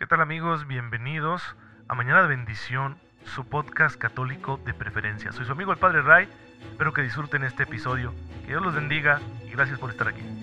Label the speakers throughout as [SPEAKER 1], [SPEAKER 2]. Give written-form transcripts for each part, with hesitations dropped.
[SPEAKER 1] ¿Qué tal amigos? Bienvenidos a Mañana de Bendición, su podcast católico de preferencia. Soy su amigo el Padre Ray, espero que disfruten este episodio. Que Dios los bendiga y gracias por estar aquí.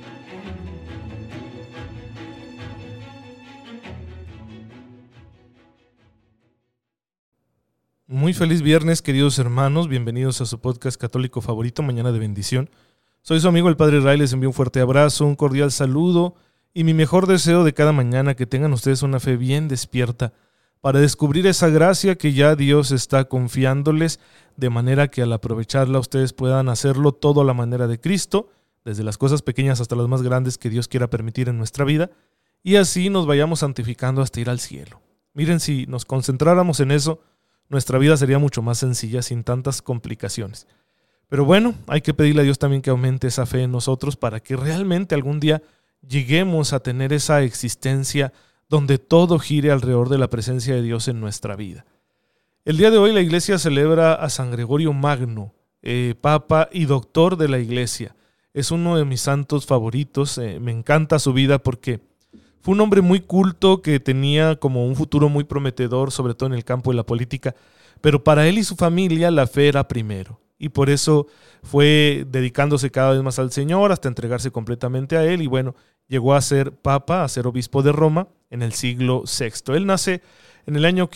[SPEAKER 2] Muy feliz viernes, queridos hermanos, bienvenidos a su podcast católico favorito, Mañana de Bendición. Soy su amigo el Padre Ray, les envío un fuerte abrazo, un cordial saludo y mi mejor deseo de cada mañana, que tengan ustedes una fe bien despierta para descubrir esa gracia que ya Dios está confiándoles, de manera que al aprovecharla ustedes puedan hacerlo todo a la manera de Cristo, desde las cosas pequeñas hasta las más grandes que Dios quiera permitir en nuestra vida, y así nos vayamos santificando hasta ir al cielo. Miren, si nos concentráramos en eso, nuestra vida sería mucho más sencilla, sin tantas complicaciones. Pero bueno, hay que pedirle a Dios también que aumente esa fe en nosotros para que realmente algún día lleguemos a tener esa existencia donde todo gire alrededor de la presencia de Dios en nuestra vida. El día de hoy la Iglesia celebra a San Gregorio Magno, Papa y Doctor de la Iglesia. Es uno de mis santos favoritos, me encanta su vida porque fue un hombre muy culto que tenía como un futuro muy prometedor, sobre todo en el campo de la política, pero para él y su familia la fe era primero. Y por eso fue dedicándose cada vez más al Señor hasta entregarse completamente a Él. Y bueno, llegó a ser papa, a ser obispo de Roma en el siglo VI. Él nace en el año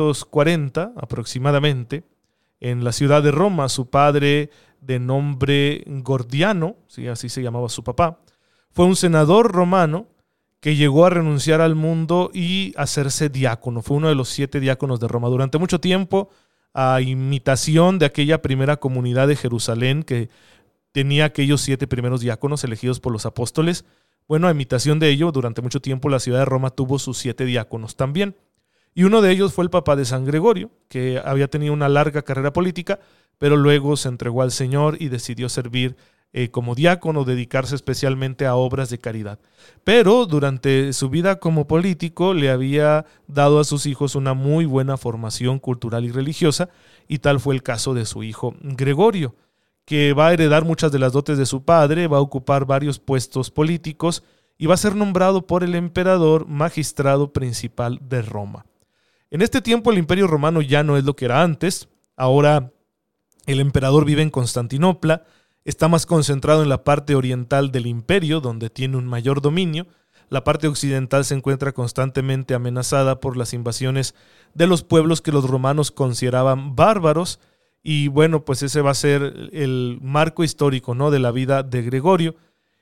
[SPEAKER 2] 540 aproximadamente en la ciudad de Roma. Su padre, de nombre Gordiano, ¿sí? Así se llamaba su papá, fue un senador romano que llegó a renunciar al mundo y hacerse diácono. Fue uno de los 7 diáconos de Roma. Durante mucho tiempo, a imitación de aquella primera comunidad de Jerusalén que tenía aquellos 7 primeros diáconos elegidos por los apóstoles. Bueno, a imitación de ello, durante mucho tiempo la ciudad de Roma tuvo sus 7 diáconos también. Y uno de ellos fue el Papa de San Gregorio, que había tenido una larga carrera política, pero luego se entregó al Señor y decidió servir como diácono, dedicarse especialmente a obras de caridad. Pero durante su vida como político le había dado a sus hijos una muy buena formación cultural y religiosa, y tal fue el caso de su hijo Gregorio, que va a heredar muchas de las dotes de su padre, va a ocupar varios puestos políticos y va a ser nombrado por el emperador magistrado principal de Roma. En este tiempo el Imperio Romano ya no es lo que era antes. Ahora el emperador vive en Constantinopla. Está más concentrado en la parte oriental del imperio, donde tiene un mayor dominio. La parte occidental se encuentra constantemente amenazada por las invasiones de los pueblos que los romanos consideraban bárbaros. Y bueno, pues ese va a ser el marco histórico, ¿no?, de la vida de Gregorio.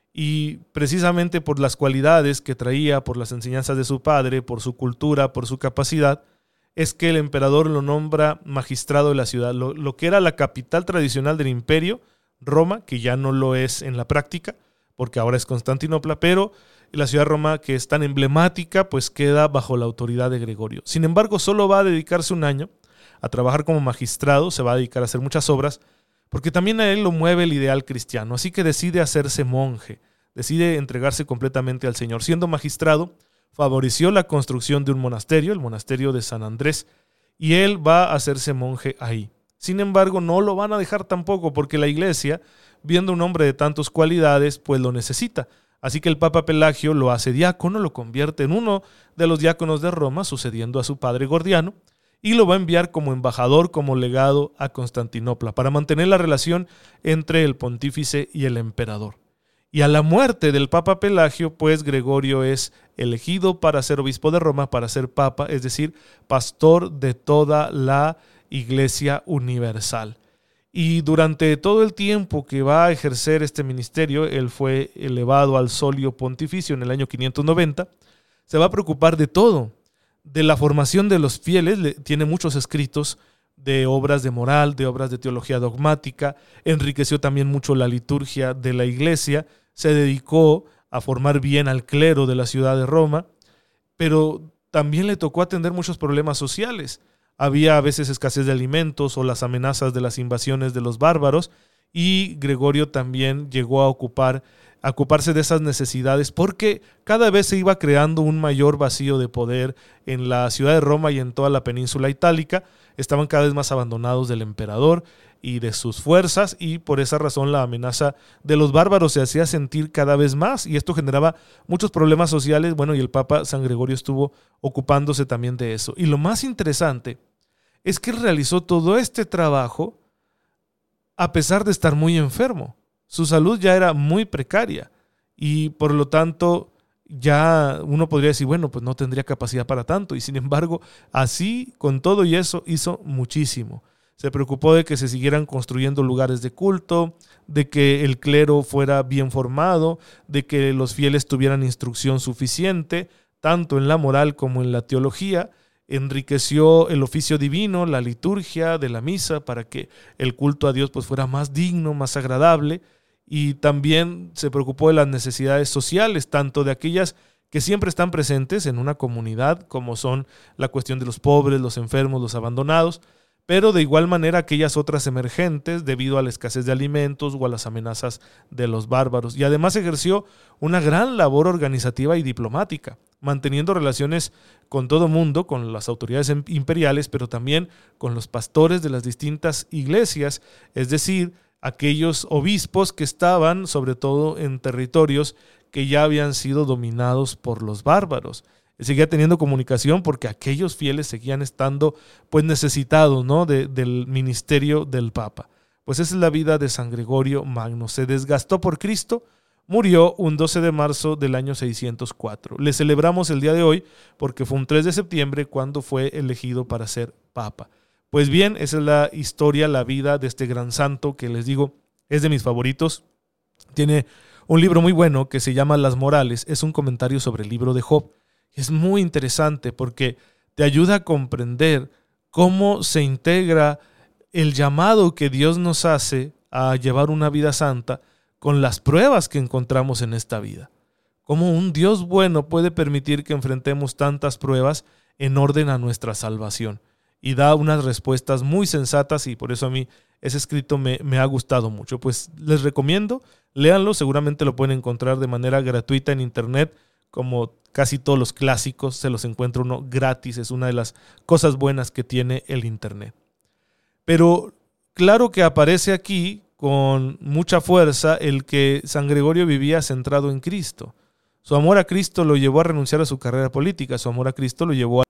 [SPEAKER 2] Y precisamente por las cualidades que traía, por las enseñanzas de su padre, por su cultura, por su capacidad, es que el emperador lo nombra magistrado de la ciudad. Lo que era la capital tradicional del imperio, Roma, que ya no lo es en la práctica, porque ahora es Constantinopla, pero la ciudad de Roma, que es tan emblemática, pues queda bajo la autoridad de Gregorio. Sin embargo, solo va a dedicarse un año a trabajar como magistrado, se va a dedicar a hacer muchas obras, porque también a él lo mueve el ideal cristiano, así que decide hacerse monje, decide entregarse completamente al Señor. Siendo magistrado, favoreció la construcción de un monasterio, el monasterio de San Andrés, y él va a hacerse monje ahí. Sin embargo, no lo van a dejar tampoco porque la Iglesia, viendo un hombre de tantas cualidades, pues lo necesita. Así que el Papa Pelagio lo hace diácono, lo convierte en uno de los diáconos de Roma, sucediendo a su padre Gordiano, y lo va a enviar como embajador, como legado a Constantinopla, para mantener la relación entre el pontífice y el emperador. Y a la muerte del Papa Pelagio, pues Gregorio es elegido para ser obispo de Roma, para ser papa, es decir, pastor de toda la Iglesia universal. Y durante todo el tiempo que va a ejercer este ministerio, él fue elevado al solio pontificio en el año 590, se va a preocupar de todo, de la formación de los fieles. Tiene muchos escritos de obras de moral, de obras de teología dogmática, enriqueció también mucho la liturgia de la Iglesia, se dedicó a formar bien al clero de la ciudad de Roma, pero también le tocó atender muchos problemas sociales. Había a veces escasez de alimentos o las amenazas de las invasiones de los bárbaros, y Gregorio también llegó a ocupar a ocuparse de esas necesidades, porque cada vez se iba creando un mayor vacío de poder en la ciudad de Roma y en toda la península itálica. Estaban cada vez más abandonados del emperador y de sus fuerzas, y por esa razón la amenaza de los bárbaros se hacía sentir cada vez más, y esto generaba muchos problemas sociales. Bueno, y el Papa San Gregorio estuvo ocupándose también de eso. Y lo más interesante es que realizó todo este trabajo a pesar de estar muy enfermo. Su salud ya era muy precaria y por lo tanto ya uno podría decir, bueno, pues no tendría capacidad para tanto, y sin embargo, así, con todo y eso, hizo muchísimo. Se preocupó de que se siguieran construyendo lugares de culto, de que el clero fuera bien formado, de que los fieles tuvieran instrucción suficiente, tanto en la moral como en la teología. Enriqueció el oficio divino, la liturgia de la misa, para que el culto a Dios pues fuera más digno, más agradable. Y también se preocupó de las necesidades sociales, tanto de aquellas que siempre están presentes en una comunidad, como son la cuestión de los pobres, los enfermos, los abandonados, pero de igual manera aquellas otras emergentes debido a la escasez de alimentos o a las amenazas de los bárbaros. Y además ejerció una gran labor organizativa y diplomática, manteniendo relaciones con todo mundo, con las autoridades imperiales, pero también con los pastores de las distintas iglesias, es decir, aquellos obispos que estaban sobre todo en territorios que ya habían sido dominados por los bárbaros. Él seguía teniendo comunicación porque aquellos fieles seguían estando pues necesitados, ¿no?, del ministerio del Papa. Pues esa es la vida de San Gregorio Magno. Se desgastó por Cristo, murió un 12 de marzo del año 604. Le celebramos el día de hoy porque fue un 3 de septiembre cuando fue elegido para ser Papa. Pues bien, esa es la historia, la vida de este gran santo que les digo es de mis favoritos. Tiene un libro muy bueno que se llama Las Morales, es un comentario sobre el libro de Job. Es muy interesante porque te ayuda a comprender cómo se integra el llamado que Dios nos hace a llevar una vida santa con las pruebas que encontramos en esta vida. Cómo un Dios bueno puede permitir que enfrentemos tantas pruebas en orden a nuestra salvación. Y da unas respuestas muy sensatas, y por eso a mí ese escrito me ha gustado mucho. Pues les recomiendo, léanlo, seguramente lo pueden encontrar de manera gratuita en internet, como casi todos los clásicos, se los encuentra uno gratis, es una de las cosas buenas que tiene el internet. Pero claro que aparece aquí con mucha fuerza el que San Gregorio vivía centrado en Cristo. Su amor a Cristo lo llevó a renunciar a su carrera política, su amor a Cristo lo llevó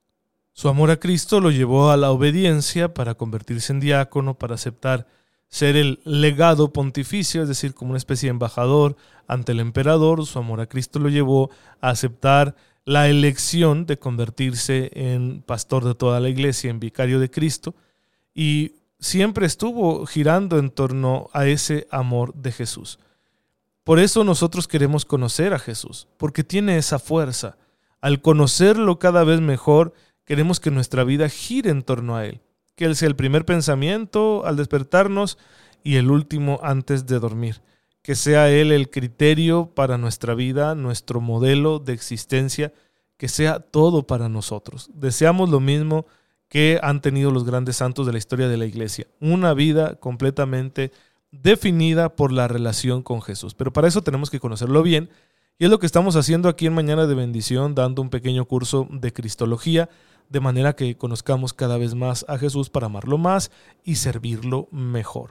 [SPEAKER 2] a la obediencia para convertirse en diácono, para aceptar ser el legado pontificio, es decir, como una especie de embajador ante el emperador. Su amor a Cristo lo llevó a aceptar la elección de convertirse en pastor de toda la iglesia, en vicario de Cristo, y siempre estuvo girando en torno a ese amor de Jesús. Por eso nosotros queremos conocer a Jesús, porque tiene esa fuerza. Al conocerlo cada vez mejor, queremos que nuestra vida gire en torno a Él, que Él sea el primer pensamiento al despertarnos y el último antes de dormir, que sea Él el criterio para nuestra vida, nuestro modelo de existencia, que sea todo para nosotros. Deseamos lo mismo que han tenido los grandes santos de la historia de la Iglesia, una vida completamente definida por la relación con Jesús. Pero para eso tenemos que conocerlo bien, y es lo que estamos haciendo aquí en Mañana de Bendición, dando un pequeño curso de Cristología, de manera que conozcamos cada vez más a Jesús para amarlo más y servirlo mejor.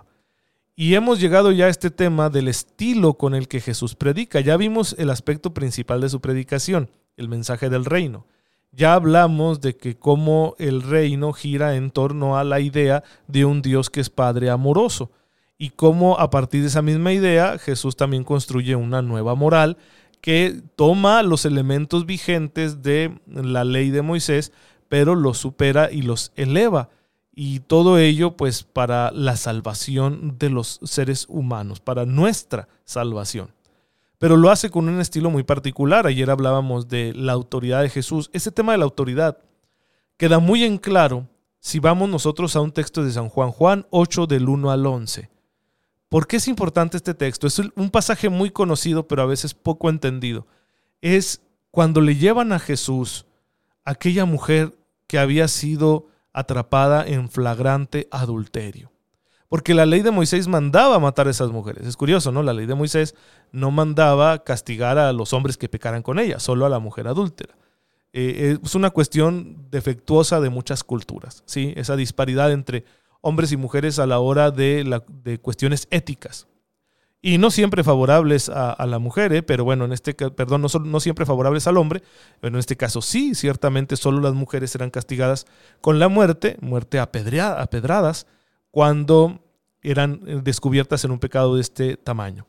[SPEAKER 2] Y hemos llegado ya a este tema del estilo con el que Jesús predica. Ya vimos el aspecto principal de su predicación, el mensaje del reino. Ya hablamos de que cómo el reino gira en torno a la idea de un Dios que es Padre amoroso, y cómo a partir de esa misma idea Jesús también construye una nueva moral que toma los elementos vigentes de la ley de Moisés, pero los supera y los eleva. Y todo ello pues para la salvación de los seres humanos, para nuestra salvación. Pero lo hace con un estilo muy particular. Ayer hablábamos de la autoridad de Jesús. Ese tema de la autoridad queda muy en claro si vamos nosotros a un texto de San Juan, Juan 8 del 1 al 11. ¿Por qué es importante este texto? Es un pasaje muy conocido, pero a veces poco entendido. Es cuando le llevan a Jesús aquella mujer que había sido atrapada en flagrante adulterio. Porque la ley de Moisés mandaba matar a esas mujeres. Es curioso, ¿no? La ley de Moisés no mandaba castigar a los hombres que pecaran con ella, solo a la mujer adúltera. Es una cuestión defectuosa de muchas culturas, ¿sí? Esa disparidad entre hombres y mujeres a la hora de cuestiones éticas. Y no siempre favorables a la mujer, pero bueno, no siempre favorables al hombre, pero en este caso sí, ciertamente solo las mujeres eran castigadas con la muerte a pedradas, cuando eran descubiertas en un pecado de este tamaño.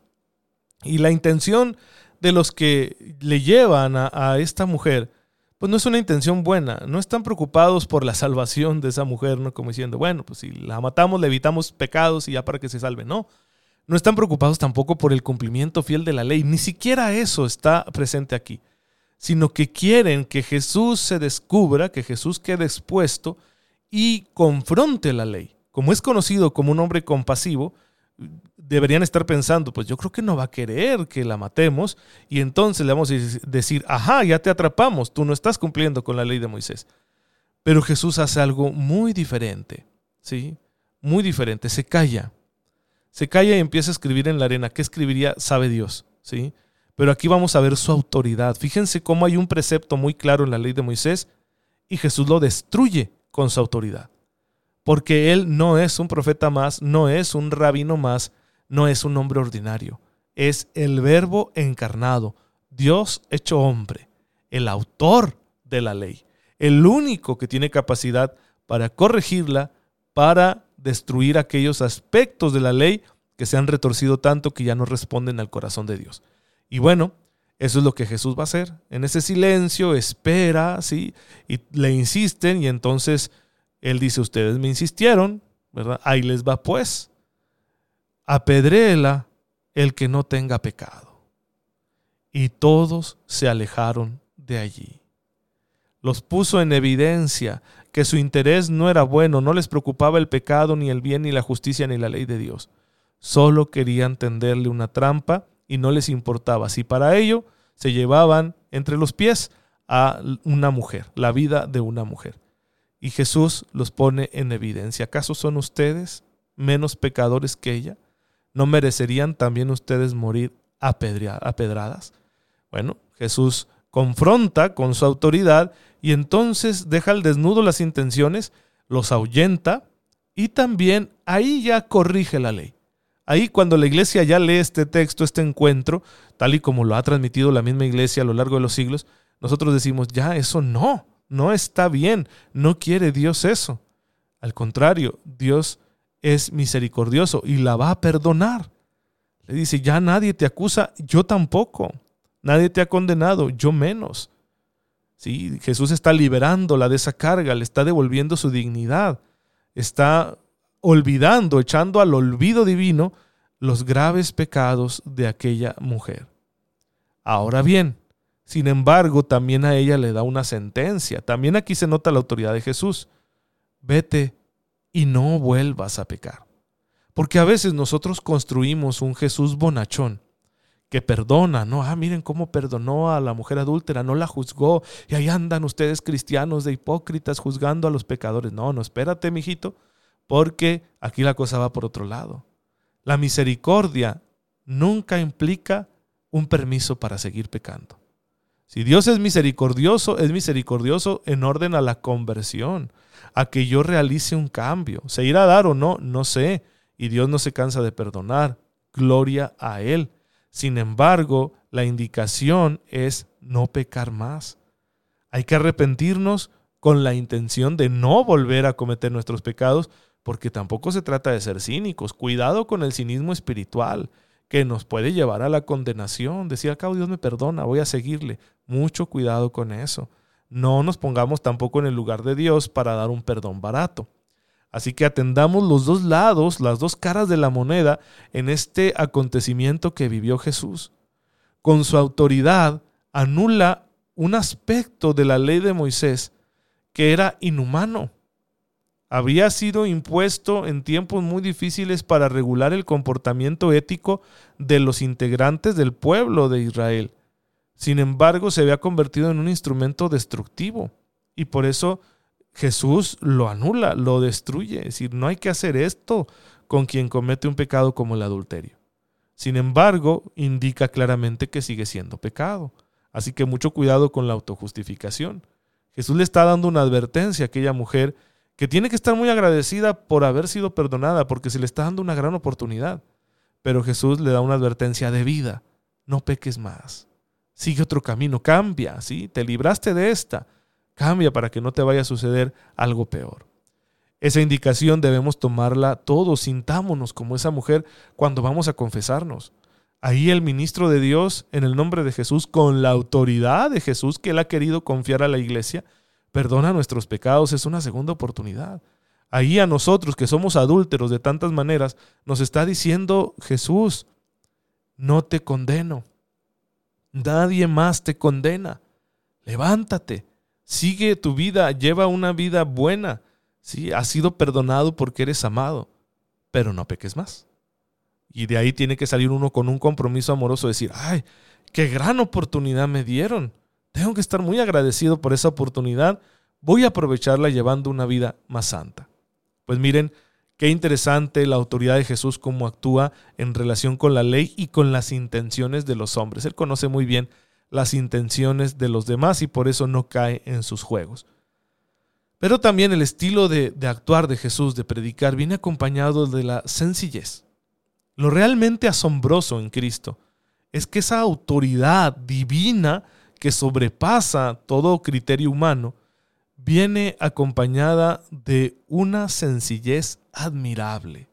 [SPEAKER 2] Y la intención de los que le llevan a esta mujer, pues no es una intención buena. No están preocupados por la salvación de esa mujer, ¿no? Como diciendo, bueno, pues si la matamos, le evitamos pecados y ya para que se salve. No están preocupados tampoco por el cumplimiento fiel de la ley. Ni siquiera eso está presente aquí. Sino que quieren que Jesús se descubra, que Jesús quede expuesto y confronte la ley. Como es conocido como un hombre compasivo, deberían estar pensando, pues yo creo que no va a querer que la matemos y entonces le vamos a decir, ajá, ya te atrapamos, tú no estás cumpliendo con la ley de Moisés. Pero Jesús hace algo muy diferente, ¿sí? Muy diferente, se calla y empieza a escribir en la arena. ¿Qué escribiría? Sabe Dios, ¿sí? Pero aquí vamos a ver su autoridad. Fíjense cómo hay un precepto muy claro en la ley de Moisés y Jesús lo destruye con su autoridad. Porque Él no es un profeta más, no es un rabino más, no es un hombre ordinario. Es el Verbo encarnado, Dios hecho hombre, el autor de la ley, el único que tiene capacidad para corregirla, para destruir aquellos aspectos de la ley que se han retorcido tanto que ya no responden al corazón de Dios. Y bueno, eso es lo que Jesús va a hacer. En ese silencio espera, ¿sí? Y le insisten y entonces Él dice, ustedes me insistieron, ¿verdad? Ahí les va pues. Apedréela el que no tenga pecado. Y todos se alejaron de allí. Los puso en evidencia que su interés no era bueno, no les preocupaba el pecado, ni el bien, ni la justicia, ni la ley de Dios. Solo querían tenderle una trampa y no les importaba si para ello se llevaban entre los pies a una mujer, la vida de una mujer. Y Jesús los pone en evidencia. ¿Acaso son ustedes menos pecadores que ella? ¿No merecerían también ustedes morir a pedradas? Bueno, Jesús confronta con su autoridad y entonces deja al desnudo las intenciones, los ahuyenta y también ahí ya corrige la ley. Ahí cuando la iglesia ya lee este texto, este encuentro, tal y como lo ha transmitido la misma iglesia a lo largo de los siglos, nosotros decimos, ya eso no está bien, no quiere Dios eso. Al contrario, Dios es misericordioso y la va a perdonar. Le dice, ya nadie te acusa, yo tampoco. Nadie te ha condenado, yo menos. Sí, Jesús está liberándola de esa carga, le está devolviendo su dignidad, está olvidando, echando al olvido divino los graves pecados de aquella mujer. Ahora bien, sin embargo, también a ella le da una sentencia. También aquí se nota la autoridad de Jesús. Vete y no vuelvas a pecar. Porque a veces nosotros construimos un Jesús bonachón que perdona, ¿no? Miren cómo perdonó a la mujer adúltera, no la juzgó. Y ahí andan ustedes cristianos de hipócritas juzgando a los pecadores. No, espérate, mijito, porque aquí la cosa va por otro lado. La misericordia nunca implica un permiso para seguir pecando. Si Dios es misericordioso en orden a la conversión, a que yo realice un cambio. ¿Se irá a dar o no? No sé. Y Dios no se cansa de perdonar. Gloria a Él. Sin embargo, la indicación es no pecar más. Hay que arrepentirnos con la intención de no volver a cometer nuestros pecados, porque tampoco se trata de ser cínicos. Cuidado con el cinismo espiritual, que nos puede llevar a la condenación. Decir, al cabo Dios me perdona, voy a seguirle. Mucho cuidado con eso. No nos pongamos tampoco en el lugar de Dios para dar un perdón barato. Así que atendamos los dos lados, las dos caras de la moneda en este acontecimiento que vivió Jesús. Con su autoridad anula un aspecto de la ley de Moisés que era inhumano. Había sido impuesto en tiempos muy difíciles para regular el comportamiento ético de los integrantes del pueblo de Israel. Sin embargo, se había convertido en un instrumento destructivo y por eso Jesús lo anula, lo destruye. Es decir, no hay que hacer esto con quien comete un pecado como el adulterio. Sin embargo, indica claramente que sigue siendo pecado. Así que mucho cuidado con la autojustificación. Jesús le está dando una advertencia a aquella mujer que tiene que estar muy agradecida por haber sido perdonada, porque se le está dando una gran oportunidad. Pero Jesús le da una advertencia de vida. No peques más. Sigue otro camino, cambia, ¿sí? Te libraste de esta. Cambia para que no te vaya a suceder algo peor. Esa indicación debemos tomarla todos, sintámonos como esa mujer cuando vamos a confesarnos. Ahí el ministro de Dios, en el nombre de Jesús, con la autoridad de Jesús que él ha querido confiar a la iglesia, perdona nuestros pecados, es una segunda oportunidad. Ahí a nosotros que somos adúlteros de tantas maneras, nos está diciendo Jesús, no te condeno, nadie más te condena, levántate, sigue tu vida, lleva una vida buena. Sí, has sido perdonado porque eres amado, pero no peques más. Y de ahí tiene que salir uno con un compromiso amoroso, decir, ¡ay, qué gran oportunidad me dieron! Tengo que estar muy agradecido por esa oportunidad. Voy a aprovecharla llevando una vida más santa. Pues miren, qué interesante la autoridad de Jesús, cómo actúa en relación con la ley y con las intenciones de los hombres. Él conoce muy bien las intenciones de los demás y por eso no cae en sus juegos. Pero también el estilo de actuar de Jesús, de predicar, viene acompañado de la sencillez. Lo realmente asombroso en Cristo es que esa autoridad divina que sobrepasa todo criterio humano viene acompañada de una sencillez admirable.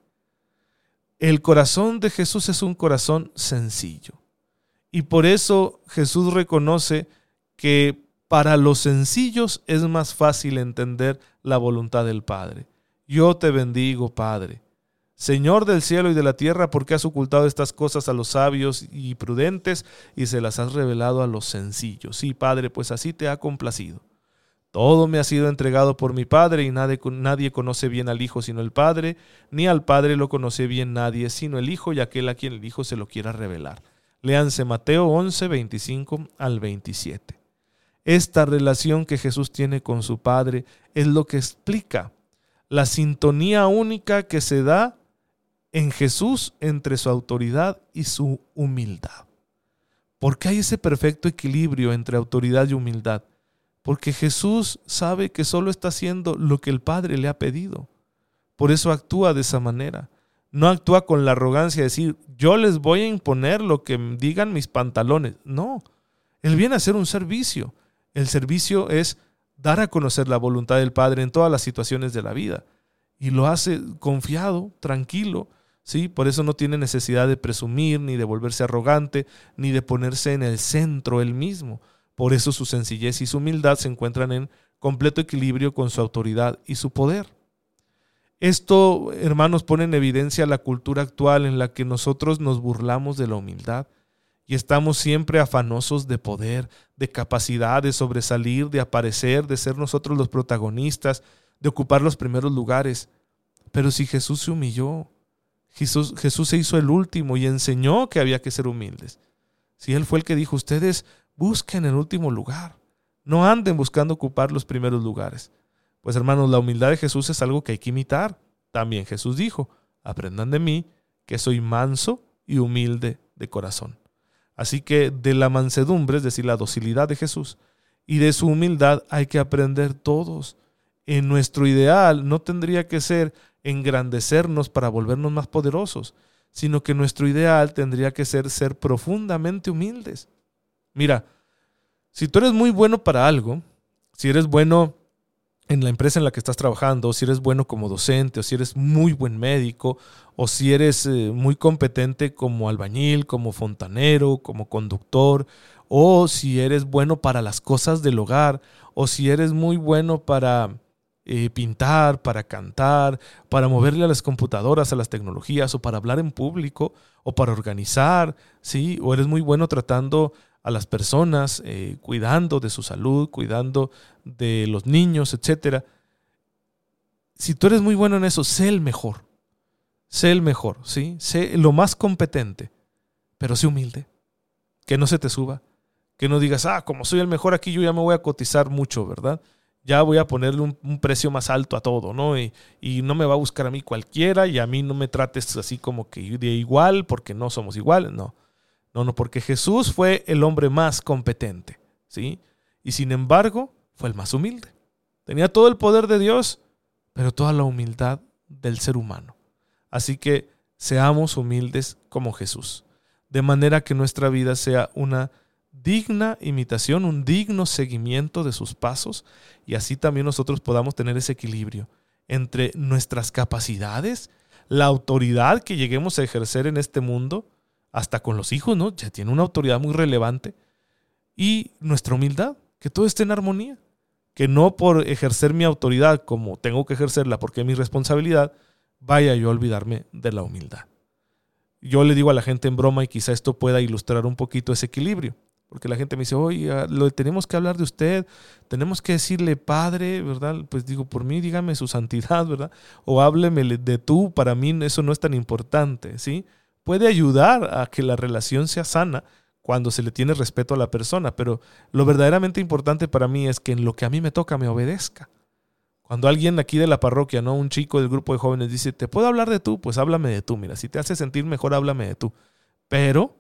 [SPEAKER 2] El corazón de Jesús es un corazón sencillo. Y por eso Jesús reconoce que para los sencillos es más fácil entender la voluntad del Padre. Yo te bendigo, Padre, Señor del cielo y de la tierra, porque has ocultado estas cosas a los sabios y prudentes y se las has revelado a los sencillos. Sí, Padre, pues así te ha complacido. Todo me ha sido entregado por mi Padre y nadie conoce bien al Hijo sino el Padre, ni al Padre lo conoce bien nadie sino el Hijo y aquel a quien el Hijo se lo quiera revelar. Léanse Mateo 11, 25 al 27. Esta relación que Jesús tiene con su Padre es lo que explica la sintonía única que se da en Jesús entre su autoridad y su humildad. ¿Por qué hay ese perfecto equilibrio entre autoridad y humildad? Porque Jesús sabe que solo está haciendo lo que el Padre le ha pedido. Por eso actúa de esa manera. No actúa con la arrogancia de decir, yo les voy a imponer lo que digan mis pantalones. No, Él viene a hacer un servicio. El servicio es dar a conocer la voluntad del Padre en todas las situaciones de la vida. Y lo hace confiado, tranquilo, ¿sí? Por eso no tiene necesidad de presumir, ni de volverse arrogante, ni de ponerse en el centro él mismo. Por eso su sencillez y su humildad se encuentran en completo equilibrio con su autoridad y su poder. Esto, hermanos, pone en evidencia la cultura actual en la que nosotros nos burlamos de la humildad. Y estamos siempre afanosos de poder, de capacidad, de sobresalir, de aparecer, de ser nosotros los protagonistas, de ocupar los primeros lugares. Pero si Jesús se humilló, Jesús se hizo el último y enseñó que había que ser humildes. Si Él fue el que dijo, ustedes busquen el último lugar, no anden buscando ocupar los primeros lugares. Pues hermanos, la humildad de Jesús es algo que hay que imitar. También Jesús dijo, aprendan de mí, que soy manso y humilde de corazón. Así que de la mansedumbre, es decir, la docilidad de Jesús, y de su humildad hay que aprender todos. En nuestro ideal no tendría que ser engrandecernos para volvernos más poderosos, sino que nuestro ideal tendría que ser profundamente humildes. Mira, si tú eres muy bueno para algo, si eres bueno en la empresa en la que estás trabajando, o si eres bueno como docente, o si eres muy buen médico, o si eres muy competente como albañil, como fontanero, como conductor, o si eres bueno para las cosas del hogar, o si eres muy bueno para pintar, para cantar, para moverle a las computadoras, a las tecnologías, o para hablar en público, o para organizar, ¿sí? O eres muy bueno tratando a las personas, cuidando de su salud, cuidando de los niños, etc. Si tú eres muy bueno en eso, sé el mejor, ¿sí? Sé lo más competente, pero sé humilde, que no se te suba, que no digas, como soy el mejor aquí, yo ya me voy a cotizar mucho, ¿verdad? ya voy a ponerle un precio más alto a todo, ¿no? Y no me va a buscar a mí cualquiera y a mí no me trates así como que de igual porque no somos iguales, no. No, porque Jesús fue el hombre más competente, ¿sí? Y sin embargo, fue el más humilde. Tenía todo el poder de Dios, pero toda la humildad del ser humano. Así que seamos humildes como Jesús, de manera que nuestra vida sea una digna imitación, un digno seguimiento de sus pasos, y así también nosotros podamos tener ese equilibrio entre nuestras capacidades, la autoridad que lleguemos a ejercer en este mundo, hasta con los hijos, ¿no? Ya tiene una autoridad muy relevante, y nuestra humildad, que todo esté en armonía, que no por ejercer mi autoridad como tengo que ejercerla porque es mi responsabilidad, vaya yo a olvidarme de la humildad. Yo le digo a la gente en broma, y quizá esto pueda ilustrar un poquito ese equilibrio, porque la gente me dice, oye, tenemos que hablar de usted, tenemos que decirle padre, ¿verdad? Pues digo, por mí dígame su santidad, ¿verdad? O hábleme de tú, para mí eso no es tan importante, ¿sí? Puede ayudar a que la relación sea sana cuando se le tiene respeto a la persona, pero lo verdaderamente importante para mí es que en lo que a mí me toca me obedezca. Cuando alguien aquí de la parroquia, ¿no? Un chico del grupo de jóvenes dice, ¿te puedo hablar de tú? Pues háblame de tú, mira, si te hace sentir mejor, háblame de tú. Pero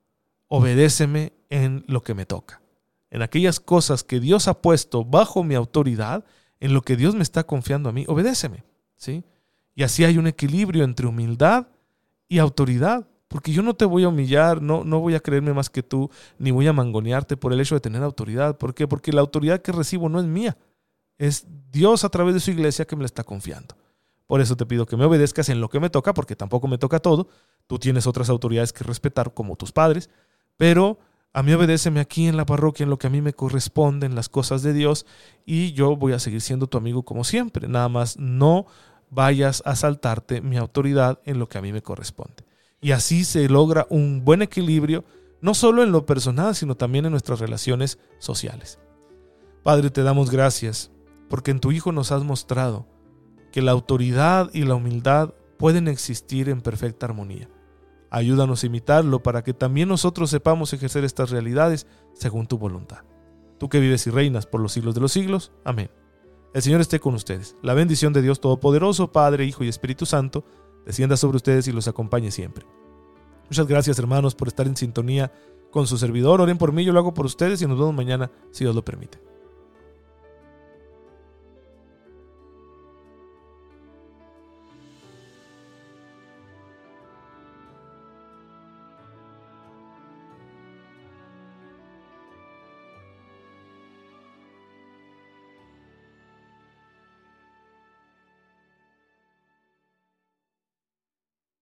[SPEAKER 2] obedéceme en lo que me toca. En aquellas cosas que Dios ha puesto bajo mi autoridad, en lo que Dios me está confiando a mí, obedéceme, ¿sí? Y así hay un equilibrio entre humildad y autoridad. Porque yo no te voy a humillar, no voy a creerme más que tú, ni voy a mangonearte por el hecho de tener autoridad. ¿Por qué? Porque la autoridad que recibo no es mía. Es Dios a través de su iglesia que me la está confiando. Por eso te pido que me obedezcas en lo que me toca, porque tampoco me toca todo. Tú tienes otras autoridades que respetar, como tus padres. Pero a mí obedéceme aquí en la parroquia, en lo que a mí me corresponde, en las cosas de Dios. Y yo voy a seguir siendo tu amigo como siempre. Nada más no vayas a saltarte mi autoridad en lo que a mí me corresponde. Y así se logra un buen equilibrio, no solo en lo personal, sino también en nuestras relaciones sociales. Padre, te damos gracias, porque en tu Hijo nos has mostrado que la autoridad y la humildad pueden existir en perfecta armonía. Ayúdanos a imitarlo para que también nosotros sepamos ejercer estas realidades según tu voluntad. Tú que vives y reinas por los siglos de los siglos. Amén. El Señor esté con ustedes. La bendición de Dios Todopoderoso, Padre, Hijo y Espíritu Santo, descienda sobre ustedes y los acompañe siempre. Muchas gracias, hermanos, por estar en sintonía con su servidor. Oren por mí, yo lo hago por ustedes y nos vemos mañana, si Dios lo permite.